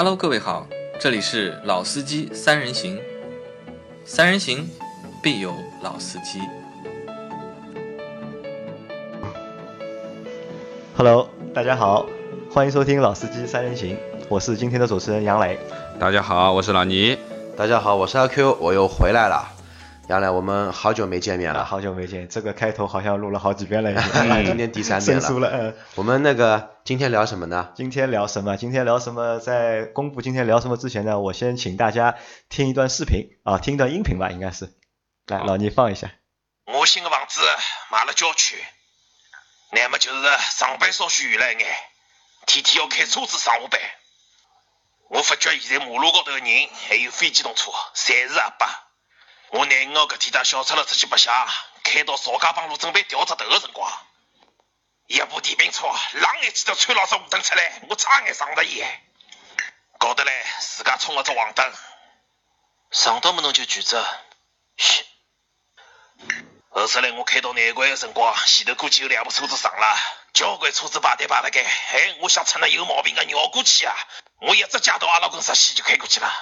Hello， 各位好，这里是老司机三人行，三人行必有老司机。 Hello， 大家好，欢迎收听老司机三人行，我是今天的主持人杨磊。 大家好，我是老倪。 大家好，我是阿 Q， 我又回来了。杨磊，我们好久没见面了。 好久没见，这个开头好像录了好几遍了已经。 今天第3遍了。 生疏了。 我们今天聊什么呢？ 今天聊什么？在公布今天聊什么之前呢，我先请大家听一段视频啊，听一段音频吧，应该是。来，老倪放一下。 我新的房子买了郊区，那么就是上班稍许远了一眼，天天要开车子上下班。我发觉现在马路高头的人还有非机动车，侪是阿伯。我廿5号搿天搭小出了出去白相，开到邵家浜路准备掉只头的辰光，一部电瓶车啷一记头穿牢只红灯出来，我差眼撞着伊。搞得来自家冲了只黄灯，上到么侬就举着，嘘。后头来我开到南关的辰光，前头估计有2部车子上了，交关车子排队排了该，我想趁那有毛病的绕过去啊！我一直夹到阿拉根实线就开过去了。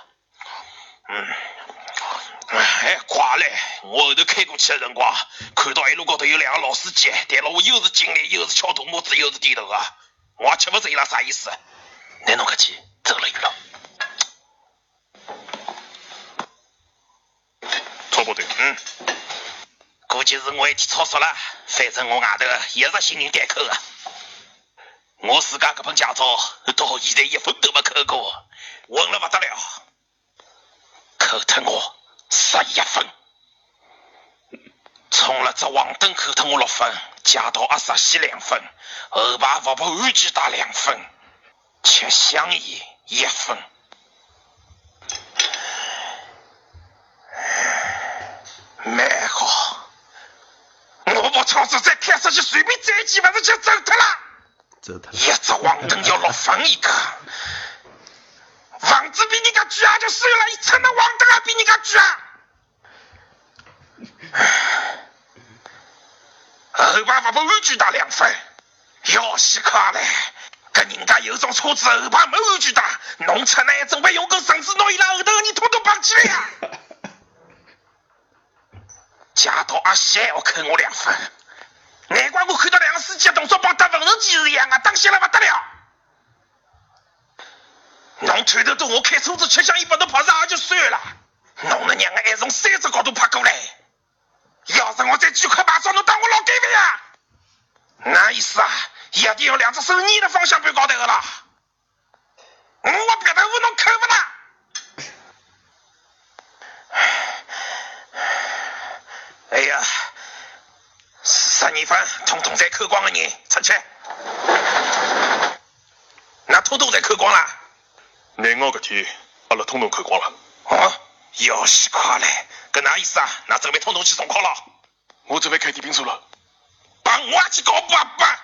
快嘞！我后头开过去的辰光，看到一路高头有2个老司机，对了我又是敬礼，又是敲大拇指，又是点头啊！我也吃不着伊拉啥意思。拿侬搿天走了远了。差不多，估计是我一天超速了，反正我外头一直新人单扣啊。我自家搿本驾照到现在1分都没扣过，混了不得了，扣脱我11分，冲了只黄灯扣脱我6分，驾到阿萨西2分，后排勿保安全带2分，吃香烟1分。蛮好，我把车子再开出去，随便载几万就走脱了。一只黄灯要6分一个，房子比人家贵啊就算了，一蹭那黄灯还比人家贵啊。后排勿保安全带2分，要死快嘞！搿人家有种车子后排没安全带，弄出来准备用根绳子拿伊拉后头的人统统绑起来呀！驾到阿西还要扣我2分，难怪我看到2个司机的动作帮打缝纫机是一样啊，当心了不得了！侬推头到我开车子吃香烟把侬拍上也就算了，侬那娘个还从3只高头拍过来，要是我再举块牌照，侬当我老干部呀？那意思啊，一定要2只手捏在方向盘高头的啦！我别头侬扣不啦？哎呀，12分，统统再扣光的人出去，那统统再扣光了。廿5搿天，阿拉统统扣光了。哦，要死快嘞！搿哪意思啊？那准备统统去送考了。我准备开电瓶车了，帮我也去搞爸。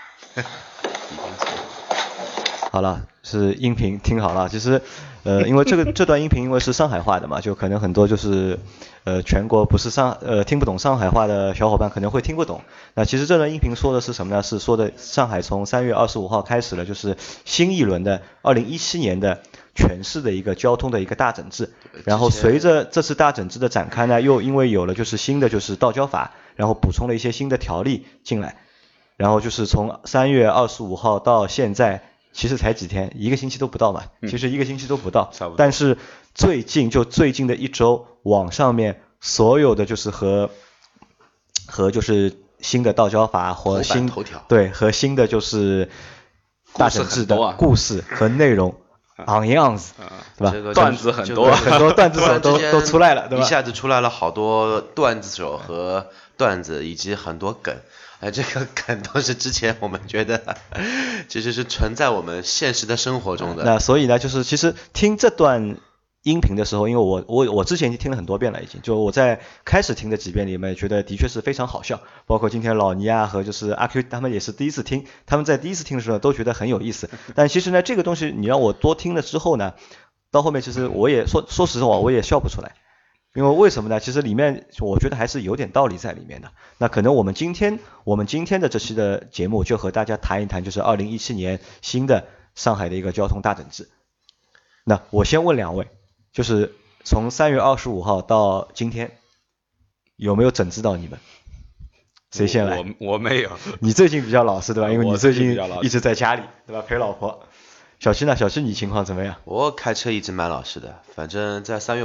好了，是音频听好了。其实，因为这段音频因为是上海话的嘛，就可能很多就是全国不是听不懂上海话的小伙伴可能会听不懂。那其实这段音频说的是什么呢？是说的上海从3月25号开始了，就是新一轮的2017年的全市的一个交通的一个大整治。然后随着这次大整治的展开呢，又因为有了就是新的就是道交法，然后补充了一些新的条例进来。然后就是从3月25号到现在，其实才几天，1个星期都不到嘛，其实1个星期都不到。但是最近的1周，网上面所有的就是和就是新的道交法和和新的就是大整治的故事和内容昂样子，对吧？ 段子很多， 很多段子手都出来了，对吧？ 一下子出来了好多段子手和段子，以及很多梗。这个梗都是之前我们觉得其实是存在我们现实的生活中的。 那所以呢，就是其实听这段音频的时候，因为我之前已经听了很多遍了，已经就我在开始听的几遍里面，觉得的确是非常好笑。包括今天老倪啊和就是阿 Q 他们也是第一次听，他们在第一次听的时候都觉得很有意思。但其实呢，这个东西你让我多听了之后呢，到后面其实我也说实话，我也笑不出来。因为为什么呢？其实里面我觉得还是有点道理在里面的。那可能我们今天的这期的节目就和大家谈一谈，就是2017年新的上海的一个交通大整治。 那我先问两位，就是从3月25号到今天，有没有整治到你们？谁先来？ 我没有。 你最近比较老实对吧？因为你最近我最近比较老实一直在家里对吧？陪老婆。小七呢？小七你情况怎么样？ 我开车一直蛮老实的，反正在3月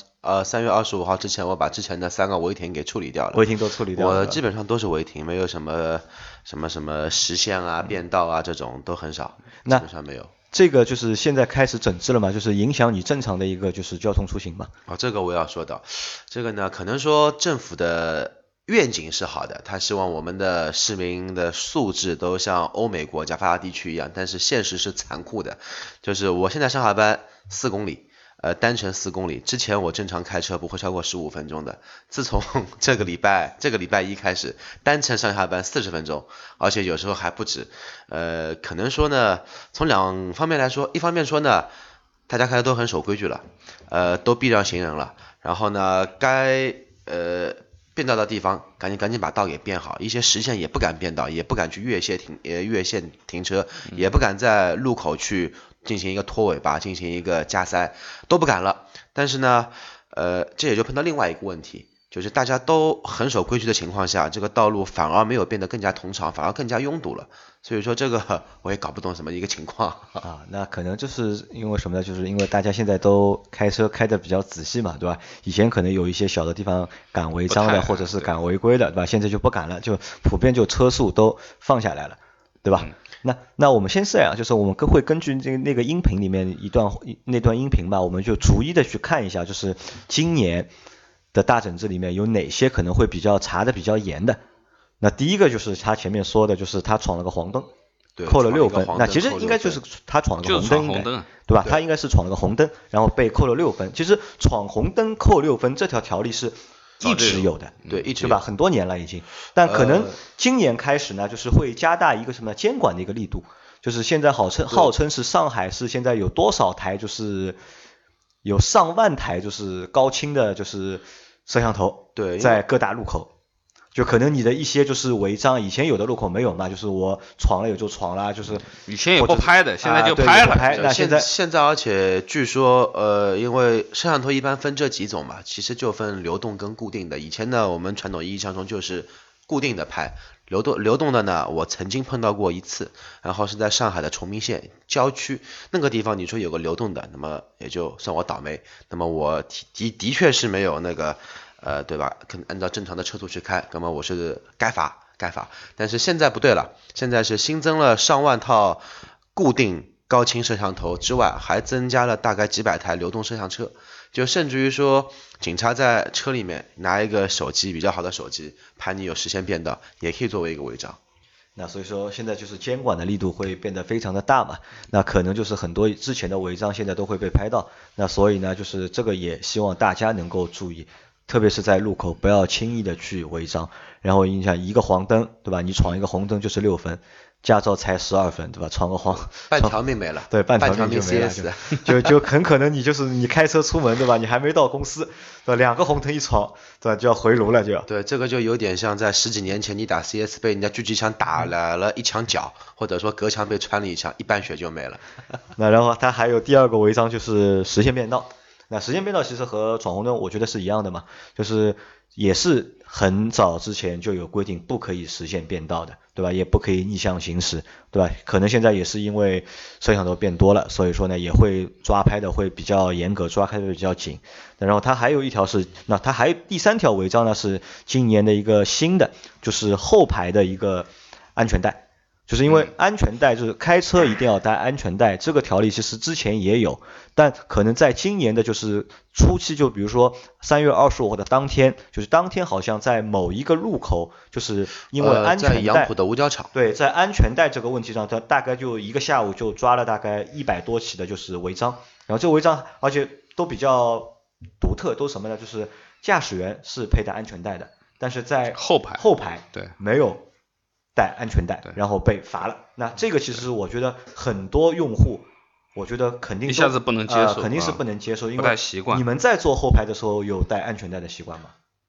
25号之前，我把之前的3个违停给处理掉了。 违停都处理掉了。 我基本上都是违停，没有什么实线啊、变道啊这种都很少，基本上没有。 这个就是现在开始整治了嘛，就是影响你正常的一个就是交通出行嘛。 这个我要说到，这个呢，可能说政府的愿景是好的，他希望我们的市民的素质都像欧美国家发达地区一样，但是现实是残酷的，就是我现在上下班4公里。单程4公里，之前我正常开车不会超过15分钟的。自从这个礼拜一开始，单程上下班40分钟，而且有时候还不止。可能说呢，从2方面来说，一方面说呢，大家开车都很守规矩了，都避让行人了，然后呢，该变道的地方赶紧把道给变好，一些实线也不敢变道，也不敢去越线停车，也不敢在路口去进行一个拖尾巴，进行一个加塞，都不敢了。但是呢，这也就碰到另外一个问题，就是大家都很守规矩的情况下，这个道路反而没有变得更加通畅，反而更加拥堵了。所以说这个我也搞不懂什么一个情况啊。那可能就是因为什么呢？就是因为大家现在都开车开得比较仔细嘛，对吧？以前可能有一些小的地方敢违章的，或者是敢违规的，对吧？现在就不敢了，就普遍就车速都放下来了，对吧？那我们先这样，就是我们会根据那个音频里面那段音频吧，我们就逐一的去看一下，就是今年的大整治里面有哪些可能会查的比较严的。那第一个就是他前面说的，就是他闯了个黄灯，扣了6分。那其实应该就是他闯了个红灯，对吧？他应该是闯了个红灯，然后被扣了6分。其实闯红灯扣6分这条条例是一直有的， 对，一直对吧？很多年了已经，但可能今年开始呢，就是会加大一个什么监管的一个力度，就是现在号称是上海市现在有多少台，就是有上万台就是高清的，就是摄像头， 对， 在各大路口。就可能你的一些就是违章，以前有的路口没有嘛，就是我闯了也就闯了，就是以前也不拍的，现在就拍了。 那现在而且据说因为摄像头一般分这几种嘛，其实就分流动跟固定的。以前呢，我们传统意义上中就是固定的拍，流动的呢，我曾经碰到过一次，然后是在上海的崇明县郊区那个地方，你说有个流动的，那么也就算我倒霉。那么我的确是没有那个。对吧？按照正常的车速去开，那么我是该罚。但是现在不对了，现在是新增了上万套固定高清摄像头之外，还增加了大概几百台流动摄像车，就甚至于说，警察在车里面拿一个手机，比较好的手机，拍你有实线变道，也可以作为一个违章。 那所以说现在就是监管的力度会变得非常的大嘛，那可能就是很多之前的违章现在都会被拍到，那所以呢，就是这个也希望大家能够注意。特别是在路口不要轻易的去违章，然后你想一个黄灯，对吧？你闯一个红灯就是6分，驾照才12分，对吧？闯个半条命没了， 对，半条命就没了，就很可能你开车出门，对吧？你还没到公司，对吧？2个红灯一闯，对吧？就要回炉了就要。 对，这个就有点像在10几年前你打 CS 被人家狙击枪打了一枪脚，或者说隔墙被穿了一枪，一半血就没了。 那然后他还有第二个违章就是实线变道。那实线变道其实和闯红灯我觉得是一样的嘛，就是也是很早之前就有规定不可以实线变道的，对吧？也不可以逆向行驶，对吧？可能现在也是因为摄像头变多了，所以说呢也会抓拍的会比较严格，抓拍的比较紧。然后它还有一条是，那它还第3条违章呢是今年的一个新的，就是后排的一个安全带。就是因为安全带就是开车一定要带安全带，这个条例其实之前也有，但可能在今年的就是初期，就比如说3月25号的当天，就是当天好像在某一个路口，就是因为安全带， 在杨浦的五角场， 对，在安全带这个问题上，它大概就一个下午就抓了大概100多起的就是违章，然后这个违章而且都比较独特，都什么呢？就是驾驶员是佩戴安全带的，但是在后排对没有带安全带，然后被罚了。那这个其实我觉得很多用户，我觉得肯定一下子不能接受， 肯定是不能接受，因为不太习惯。 你们在坐后排的时候有带安全带的习惯吗？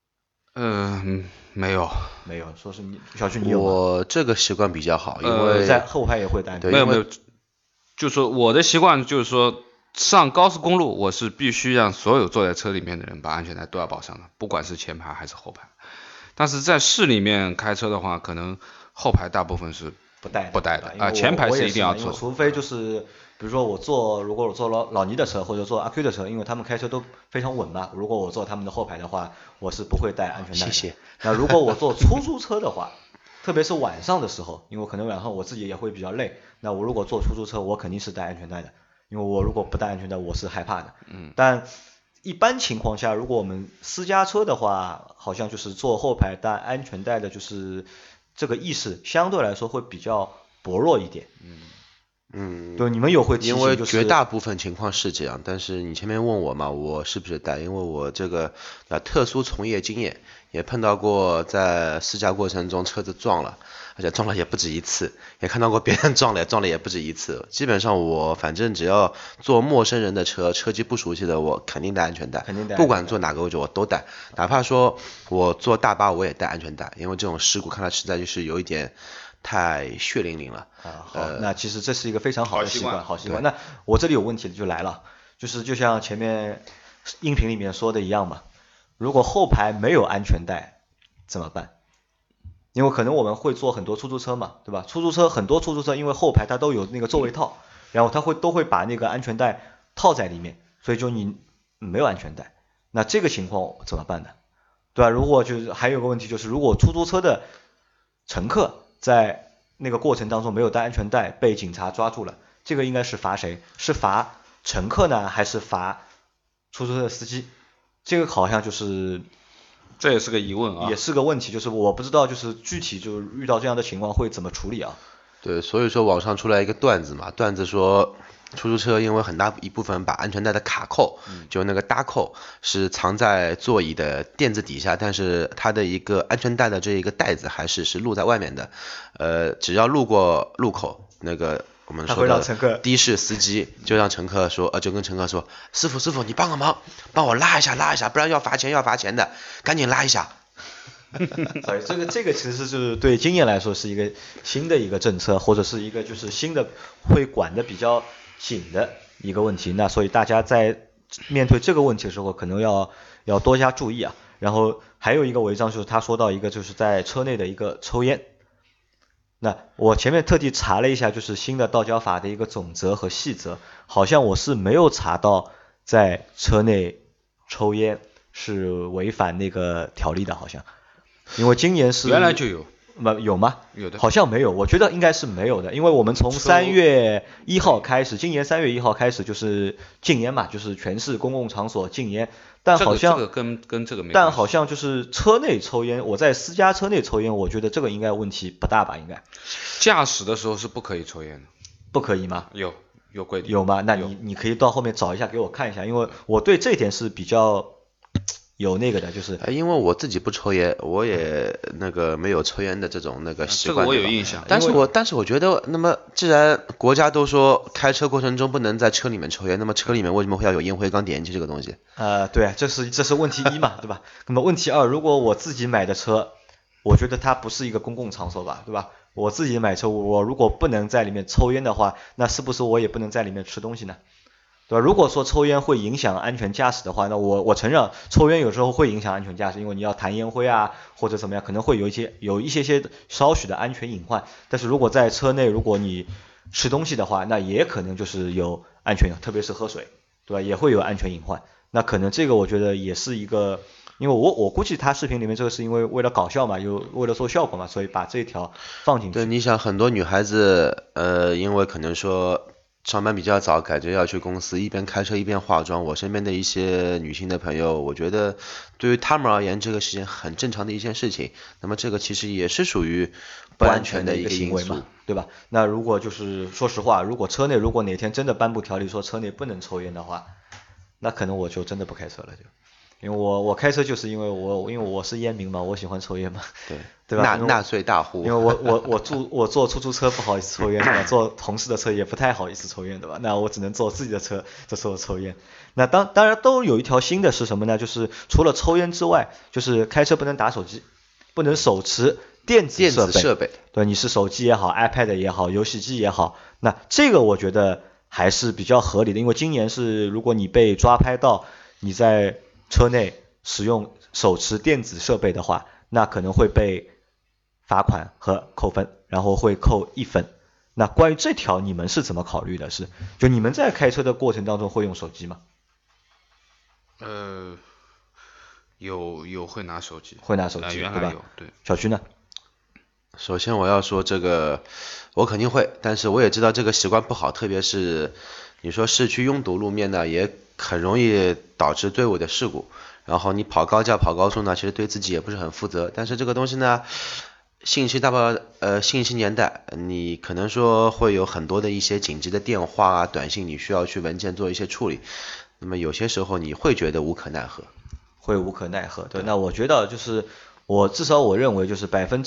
没有。 说是你小区你有吗？ 我这个习惯比较好，因为在后排也会带安全带。没有，就是说我的习惯就是说， 上高速公路，我是必须让所有坐在车里面的人把安全带都要绑上的，不管是前排还是后排。但是在市里面开车的话，可能后排大部分是不带的啊，前排是一定要坐。 除非就是比如说如果我坐老倪的车或者坐阿 Q 的车，因为他们开车都非常稳嘛，如果我坐他们的后排的话，我是不会带安全带的。 谢谢。 那如果我坐出租车的话，特别是晚上的时候，因为可能晚上我自己也会比较累，那我如果坐出租车，我肯定是带安全带的，因为我如果不带安全带，我是害怕的。但一般情况下，如果我们私家车的话，好像就是坐后排带安全带的，就是这个意识相对来说会比较薄弱一点。对，你们有会提醒， 因为绝大部分情况是这样，但是你前面问我嘛，我是不是带？因为我这个特殊从业经验，也碰到过在试驾过程中车子撞了，而且撞了也不止一次，也看到过别人撞了也不止一次。基本上我反正只要坐陌生人的车，车机不熟悉的，我肯定带安全带，不管坐哪个位置我都带，哪怕说我坐大巴我也带安全带，因为这种事故看来实在就是有一点太血淋淋了。 好，那其实这是一个非常好的习惯，好习惯。那我这里有问题就来了，就像前面音频里面说的一样嘛，如果后排没有安全带怎么办？因为可能我们会坐很多出租车嘛，对吧？很多出租车因为后排它都有那个座位套，然后它都会把那个安全带套在里面，所以就你没有安全带，那这个情况怎么办呢？对吧？如果就是还有个问题就是，如果出租车的乘客在那个过程当中没有带安全带被警察抓住了，这个应该是罚谁？是罚乘客呢，还是罚出租车的司机？这个好像就是这也是个疑问啊， 也是个问题，就是我不知道就是具体就遇到这样的情况会怎么处理啊？ 对，所以说网上出来一个段子嘛，段子说出租车因为很大一部分把安全带的卡扣，就那个搭扣是藏在座椅的垫子底下，但是它的一个安全带的这一个带子还是露在外面的。只要路过路口，那个我们说的的士司机就让乘客说，就跟乘客说，师傅你帮个忙，帮我拉一下，不然要罚钱的，赶紧拉一下。 所以这个其实是对经验来说是一个新的一个政策，或者是一个就是新的会管的比较紧的一个问题。那所以大家在面对这个问题的时候，可能要多加注意啊。然后还有一个违章就是他说到一个就是在车内的一个抽烟。那我前面特地查了一下，就是新的道交法的一个总则和细则，好像我是没有查到在车内抽烟是违反那个条例的，好像。因为今年是原来就有有吗？ 有的， 好像没有，我觉得应该是没有的，因为我们从3月1号开始，今年3月1号开始就是禁烟嘛，就是全市公共场所禁烟，但好像这个跟这个没关系， 但好像就是车内抽烟，我在私家车内抽烟，我觉得这个应该问题不大吧？应该驾驶的时候是不可以抽烟的， 不可以吗？ 有规定， 有吗？那你可以到后面找一下给我看一下，因为我对这一点是比较有那个的，就是因为我自己不抽烟，我也那个没有抽烟的这种那个习惯。 这个我有印象。 但是我觉得，那么既然国家都说开车过程中不能在车里面抽烟，那么车里面为什么会要有烟灰缸点烟器这个东西？ 对，这是问题一嘛，对吧？那么问题二，如果我自己买的车，我觉得它不是一个公共场所吧，对吧？我自己买车，我如果不能在里面抽烟的话，那是不是我也不能在里面吃东西呢？对吧？如果说抽烟会影响安全驾驶的话，那我承认抽烟有时候会影响安全驾驶，因为你要弹烟灰啊或者怎么样，可能会有一些少许的安全隐患。但是如果在车内，如果你吃东西的话，那也可能就是有安全，特别是喝水，对吧？也会有安全隐患。那可能这个我觉得也是一个，因为我估计他视频里面这个是因为为了搞笑嘛，为了做效果嘛，所以把这一条放进去。 对，你想很多女孩子因为可能说上班比较早，赶着要去公司，一边开车一边化妆。我身边的一些女性的朋友，我觉得对于她们而言，这个是件很正常的一件事情。那么这个其实也是属于不安全的一个行为嘛，对吧？那如果就是说实话，如果车内如果哪天真的颁布条例说车内不能抽烟的话，那可能我就真的不开车了，因为我开车就是因为我是烟民嘛，我喜欢抽烟嘛，对吧？ 纳税大户。 因为我坐出租车不好意思抽烟，对吧？坐同事的车也不太好意思抽烟，对吧？那我只能坐自己的车，这时候抽烟。那当然都有一条新的是什么呢？就是除了抽烟之外，就是开车不能打手机，不能手持电子设备。对，你是手机也好 ，iPad 也好，游戏机也好，那这个我觉得还是比较合理的，因为今年是如果你被抓拍到你在车内使用手持电子设备的话，那可能会被罚款和扣分，然后会扣1分。那关于这条你们是怎么考虑的？就你们在开车的过程当中会用手机吗？ 有会拿手机， 会拿手机， 原来有，对。 小区呢？ 首先我要说这个，我肯定会，但是我也知道这个习惯不好，特别是你说市区拥堵路面呢，也很容易导致追尾的事故。然后你跑高架、跑高速呢，其实对自己也不是很负责。但是这个东西呢，信息年代，你可能说会有很多的一些紧急的电话啊、短信，你需要去文件做一些处理。那么有些时候你会觉得无可奈何。 会无可奈何，对。那我觉得就是至少我认为就是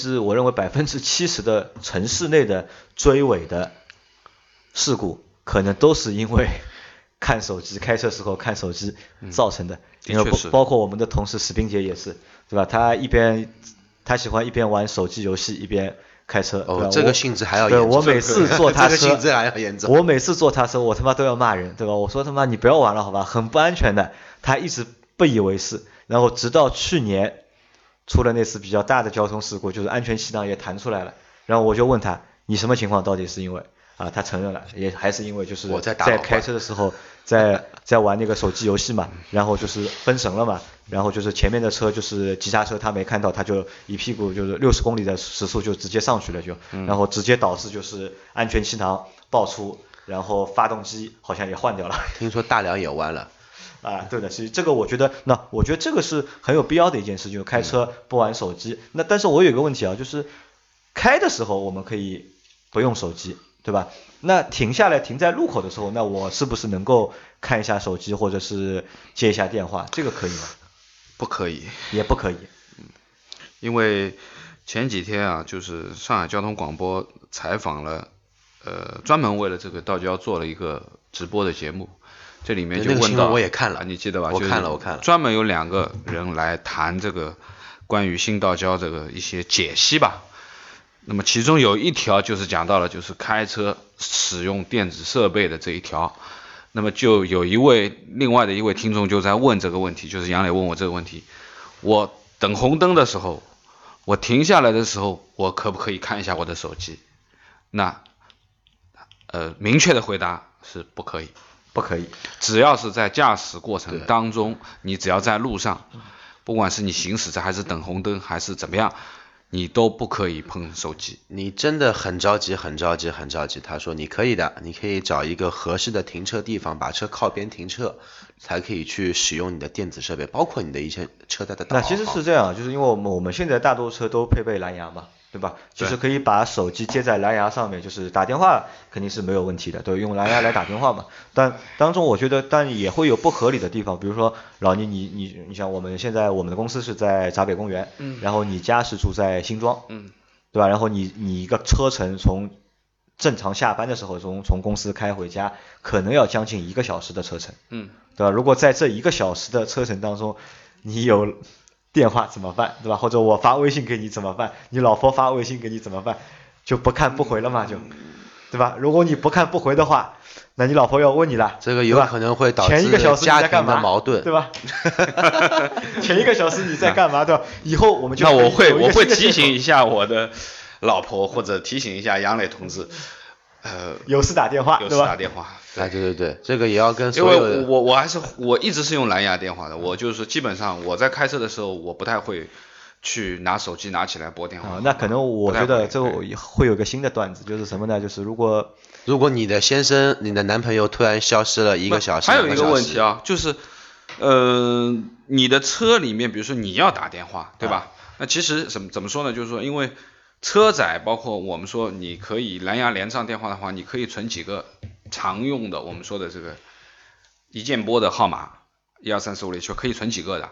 70%的城市内的追尾的事故，可能都是因为看手机，开车时候看手机造成的。因为包括我们的同事史冰杰也是，对吧？他喜欢一边玩手机游戏一边开车。 哦，这个性质还要严重。 对，我每次坐他车， 这个性质还要严重。 我每次坐他车，我他妈都要骂人，对吧？我说他妈你不要玩了，好吧，很不安全的。他一直不以为是，然后直到去年出了那次比较大的交通事故，就是安全气囊也弹出来了，然后我就问他，你什么情况？到底是因为他承认了，也还是因为就是在开车的时候在玩那个手机游戏嘛，然后就是分神了嘛，然后就是前面的车就是急刹车，他没看到，他就一屁股就是60公里的时速就直接上去了然后直接导致就是安全气囊爆出，然后发动机好像也换掉了。 听说大梁也弯了。 对的，其实这个我觉得这个是很有必要的一件事，就是开车不玩手机。那但是我有一个问题啊，就是开的时候我们可以不用手机，对吧？那停下来停在路口的时候，那我是不是能够看一下手机或者是接一下电话？这个可以吗？ 不可以， 也不可以。 因为前几天啊，就是上海交通广播采访了，专门为了这个道交做了一个直播的节目。这里面就问到， 我也看了， 你记得吧？ 我看了。 专门有2个人来谈这个关于新道交这个一些解析吧。那么其中有一条就是讲到了，就是开车使用电子设备的这一条。那么就有另外的一位听众就在问这个问题，就是杨磊问我这个问题：我等红灯的时候，我停下来的时候，我可不可以看一下我的手机？那明确的回答是不可以。 不可以， 只要是在驾驶过程当中，你只要在路上，不管是你行驶着还是等红灯还是怎么样，你都不可以碰手机。 你真的很着急，他说你可以的，你可以找一个合适的停车地方，把车靠边停车，才可以去使用你的电子设备，包括你的一些车载的导航。 那其实是这样，就是因为我们现在大多车都配备蓝牙嘛，对吧？就是可以把手机接在蓝牙上面，就是打电话肯定是没有问题的，都用蓝牙来打电话嘛。但当中我觉得，但也会有不合理的地方，比如说老倪，你像我们现在我们的公司是在闸北公园，然后你家是住在新庄，对吧？然后你一个车程从正常下班的时候从公司开回家，可能要将近1个小时的车程，对吧？如果在这1个小时的车程当中，你有电话怎么办，对吧？或者我发微信给你怎么办？你老婆发微信给你怎么办？就不看不回了嘛，对吧？如果你不看不回的话，那你老婆要问你了， 这个有可能会导致家庭的矛盾， 对吧？前1个小时你在干嘛？对吧？以后我们就我会提醒一下我的老婆，或者提醒一下杨磊同志， 有事打电话，对吧？ 对，这个也要跟所有的。 因为我一直是用蓝牙电话的，我就是基本上我在开车的时候，我不太会去拿手机拿起来拨电话。 那可能我觉得这会有个新的段子，就是什么呢？就是如果你的先生、你的男朋友突然消失了1个小时， 还有一个问题啊，就是你的车里面，比如说你要打电话，对吧？那其实怎么说呢？就是说，因为车载包括我们说你可以蓝牙连上电话的话，你可以存几个常用的我们说的这个一键拨的号码，1234567可以存几个的。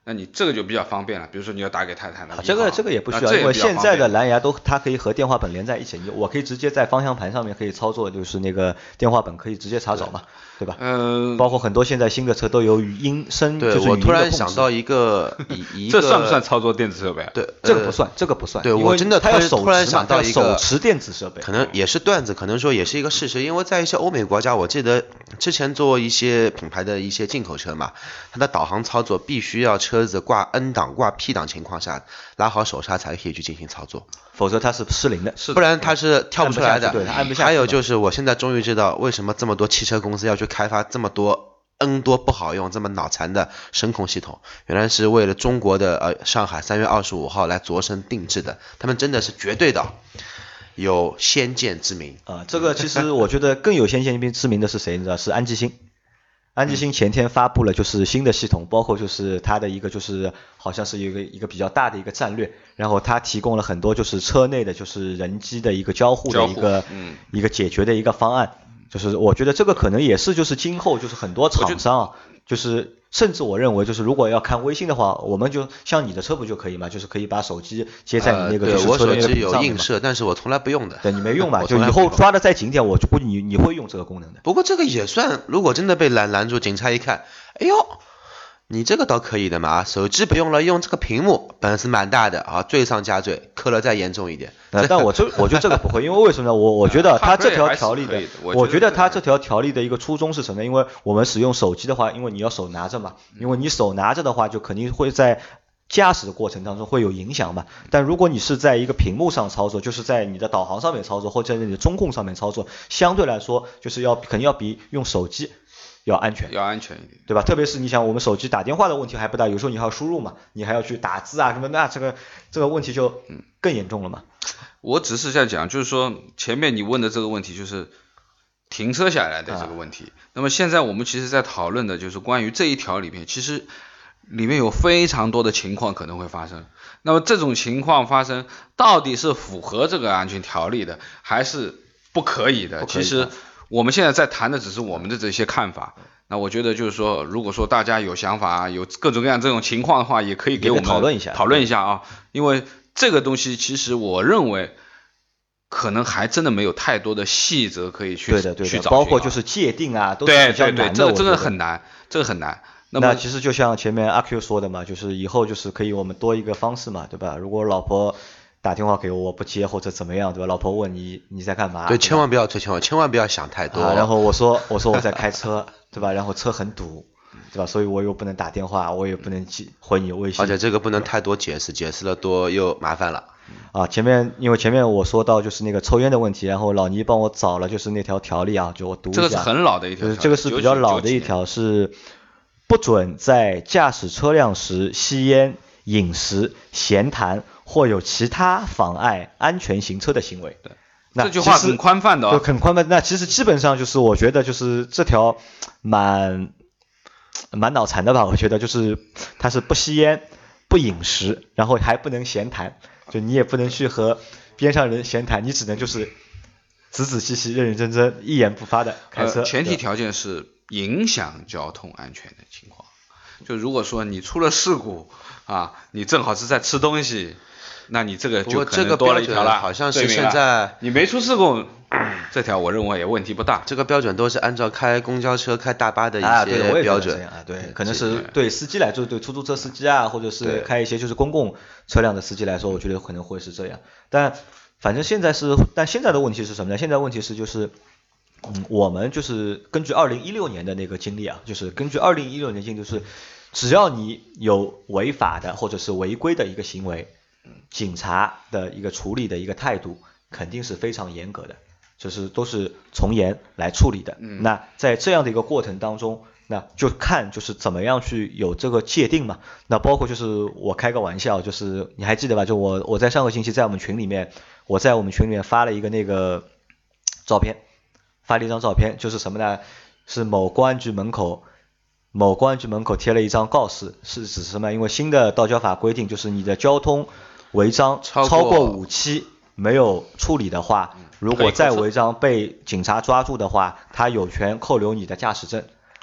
那你这个就比较方便了。比如说你要打给太太了， 这个也不需要，因为现在的蓝牙它可以和电话本连在一起，我可以直接在方向盘上面可以操作，就是那个电话本可以直接查找嘛，对吧？包括很多现在新的车都有语音声， 对， 就是我突然想到一个这算不算操作电子设备？ 对， 这个不算。 对，我真的它要突然想到一个手持电子设备， 可能也是段子，可能说也是一个事实，因为在一些欧美国家，我记得之前做一些品牌的一些进口车嘛，它的导航操作必须要车子挂 N 档、挂 P 档情况下拉好手刹才可以去进行操作， 否则它是失灵的， 不然它是跳不出来的。 对，它按不下去。 还有就是我现在终于知道为什么这么多汽车公司要去开发这么多 N 多不好用、这么脑残的声控系统，原来是为了中国的上海3月25号来量身定制的，他们真的是绝对的有先见之明啊。这个其实我觉得更有先见之明的是谁？你知道是安吉星。安吉星前天发布了就是新的系统，包括就是它的一个就是好像是一个比较大的一个战略，然后它提供了很多就是车内的就是人机的一个交互的一个解决的一个方案，就是我觉得这个可能也是就是今后就是很多厂商啊，就是甚至我认为就是如果要看微信的话，我们就像你的车不就可以吗？就是可以把手机接在你那个就是车的那个屏上面嘛。 对，我手机有映射，但是我从来不用的。 对，你没用嘛？就以后抓的再紧点，我就估计你会用这个功能的。 不过这个也算，如果真的被拦住，警察一看，哎呦，你这个倒可以的嘛，手机不用了，用这个屏幕，本事蛮大的啊，罪上加罪，磕了再严重一点。 但我觉得这个不会，因为为什么呢？我觉得它这条条例的，我觉得它这条条例的一个初衷是什么呢？因为我们使用手机的话，因为你要手拿着嘛，因为你手拿着的话，就肯定会在驾驶的过程当中会有影响嘛。但如果你是在一个屏幕上操作，就是在你的导航上面操作，或者在你的中控上面操作，相对来说就是肯定要比用手机要安全一点，对吧？特别是你想我们手机打电话的问题还不大，有时候你还要输入嘛，你还要去打字啊什么，那这个问题就更严重了嘛。 我只是在讲，就是说前面你问的这个问题就是停车下来的这个问题。那么现在我们其实在讨论的就是关于这一条里面，其实里面有非常多的情况可能会发生。那么这种情况发生，到底是符合这个安全条例的，还是不可以的？其实我们现在在谈的只是我们的这些看法。那我觉得就是说，如果说大家有想法，有各种各样这种情况的话，也可以给我们讨论一下啊。因为这个东西其实我认为可能还真的没有太多的细则可以去找， 包括就是界定啊，都是比较难的。 这个真的很难，这个很难。 那其实就像前面阿 Q 说的嘛，就是以后就是可以我们多一个方式嘛，对吧？如果老婆打电话给我不接或者怎么样，对吧？老婆问你在干嘛？ 对，千万不要催，千万不要想太多。 然后我说我在开车，对吧？然后车很堵，对吧？所以我又不能打电话，我也不能回你微信。 而且这个不能太多解释了多又麻烦了。 因为前面我说到就是那个抽烟的问题，然后老倪帮我找了就是那条条例啊，就我读一下。 这个是很老的一条， 这个是比较老的一条，是不准在驾驶车辆时吸烟、饮食、闲谈或有其他妨碍安全行车的行为。 对，这句话很宽泛的， 很宽泛。那其实基本上就是我觉得就是这条蛮脑残的吧？我觉得就是它是不吸烟、不饮食，然后还不能闲谈，就你也不能去和边上人闲谈，你只能就是仔仔细细、认认真真、一言不发的开车。 前提条件是影响交通安全的情况。就如果说你出了事故啊，你正好是在吃东西，那你这个就可能多了一条了。 好像是现在你没出事故，这条我认为也问题不大。 这个标准都是按照开公交车、开大巴的一些标准。 对，可能是对司机来说，对出租车司机啊，或者是开一些就是公共车辆的司机来说，我觉得可能会是这样。但反正现在的问题是什么呢？现在问题是就是我们就是根据2016年的那个经历啊，就是根据2016年经历，就是只要你有违法的或者是违规的一个行为，警察的一个处理的一个态度肯定是非常严格的，就是都是从严来处理的。那在这样的一个过程当中，那就看就是怎么样去有这个界定嘛。那包括就是我开个玩笑，就是你还记得吧？就我在上个星期在我们群里面发了一个那个照片。发了一张照片，就是什么呢？是某公安局门口贴了一张告示，是指什么？因为新的道交法规定，就是你的交通违章超过5期没有处理的话，如果再违章被警察抓住的话，他有权扣留你的驾驶证。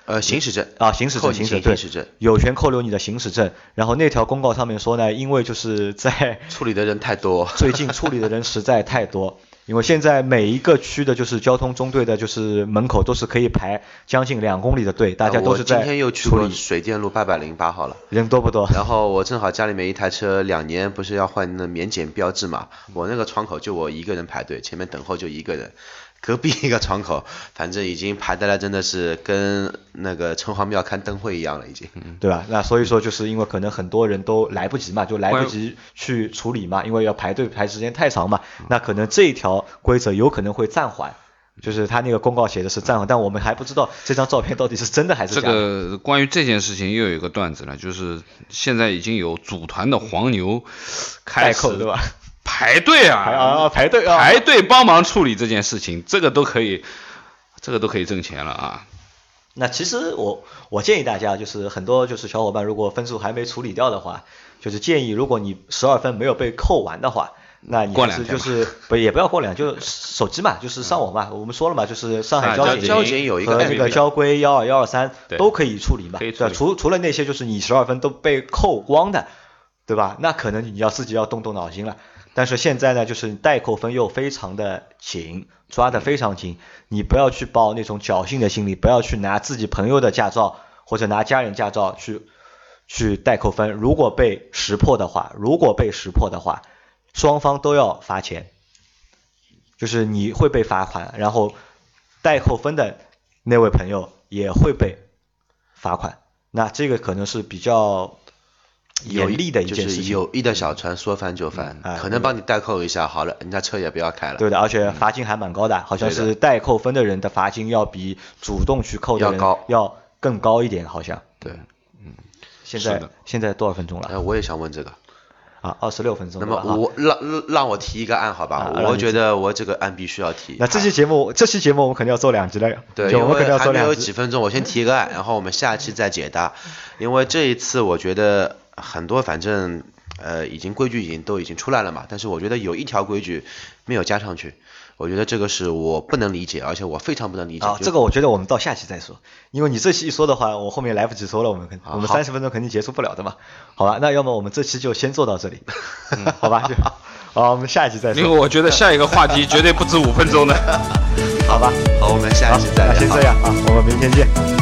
行驶证行驶证， 行驶证， 有权扣留你的行驶证。然后那条公告上面说呢，因为就是在处理的人太多， 最近处理的人实在太多。因为现在每一个区的就是交通中队的就是门口都是可以排将近2公里的队，大家都是在我今天又去过水电路808号了， 人多不多？ 然后我正好家里面一台车2年不是要换那免检标志嘛，我那个窗口就我一个人排队，前面等候就一个人，隔壁一个窗口反正已经排的来真的是跟那个城隍庙看灯会一样了已经， 对吧？那所以说就是因为可能很多人都来不及嘛，就来不及去处理嘛，因为要排队排时间太长嘛，那可能这一条规则有可能会暂缓。就是他那个公告写的是暂缓，但我们还不知道这张照片到底是真的还是假的。 这个关于这件事情又有一个段子了，就是现在已经有组团的黄牛开始代扣，对吧？ 排队啊，排队帮忙处理这件事情，这个都可以挣钱了啊。 那其实我建议大家，就是很多就是小伙伴如果分数还没处理掉的话，就是建议如果你12分没有被扣完的话，那你还是就是也不要过2，就手机嘛，就是上网嘛，我们说了嘛，就是上海交警有一个和那个交规121、123都可以处理嘛， 对， 除了那些就是你12分都被扣光的，对吧？那可能你要自己要动脑筋了。但是现在呢，就是代扣分又非常的紧，抓得非常紧，你不要去抱那种侥幸的心理，不要去拿自己朋友的驾照或者拿家人驾照去代扣分，如果被识破的话，双方都要罚钱，就是你会被罚款，然后代扣分的那位朋友也会被罚款，那这个可能是比较严厉的一件事情， 就是有意的小船说翻就翻，可能帮你代扣一下好了，人家车也不要开了。 对的，而且罚金还蛮高的，好像是代扣分的人的罚金要比主动去扣的人要更高一点，好像。 对， 现在多少分钟了？ 我也想问这个。 26分钟。 那么让我提一个案好吧？我觉得我这个案必须要提。 那这期节目我们肯定要做2集了。 对，因为还没有几分钟，我先提一个案，然后我们下期再解答。因为这一次我觉得很多反正规矩都已经出来了嘛，但是我觉得有一条规矩没有加上去。我觉得这个是我不能理解，而且我非常不能理解。 这个我觉得我们到下期再说，因为你这期一说的话，我后面来不及说了，我们30分钟肯定结束不了的嘛。好吧，那要么我们这期就先做到这里，好吧？好，我们下一期再说。 因为我觉得下一个话题绝对不止5分钟的。 好吧， 好，我们下一期再聊。 那先这样啊，我们明天见。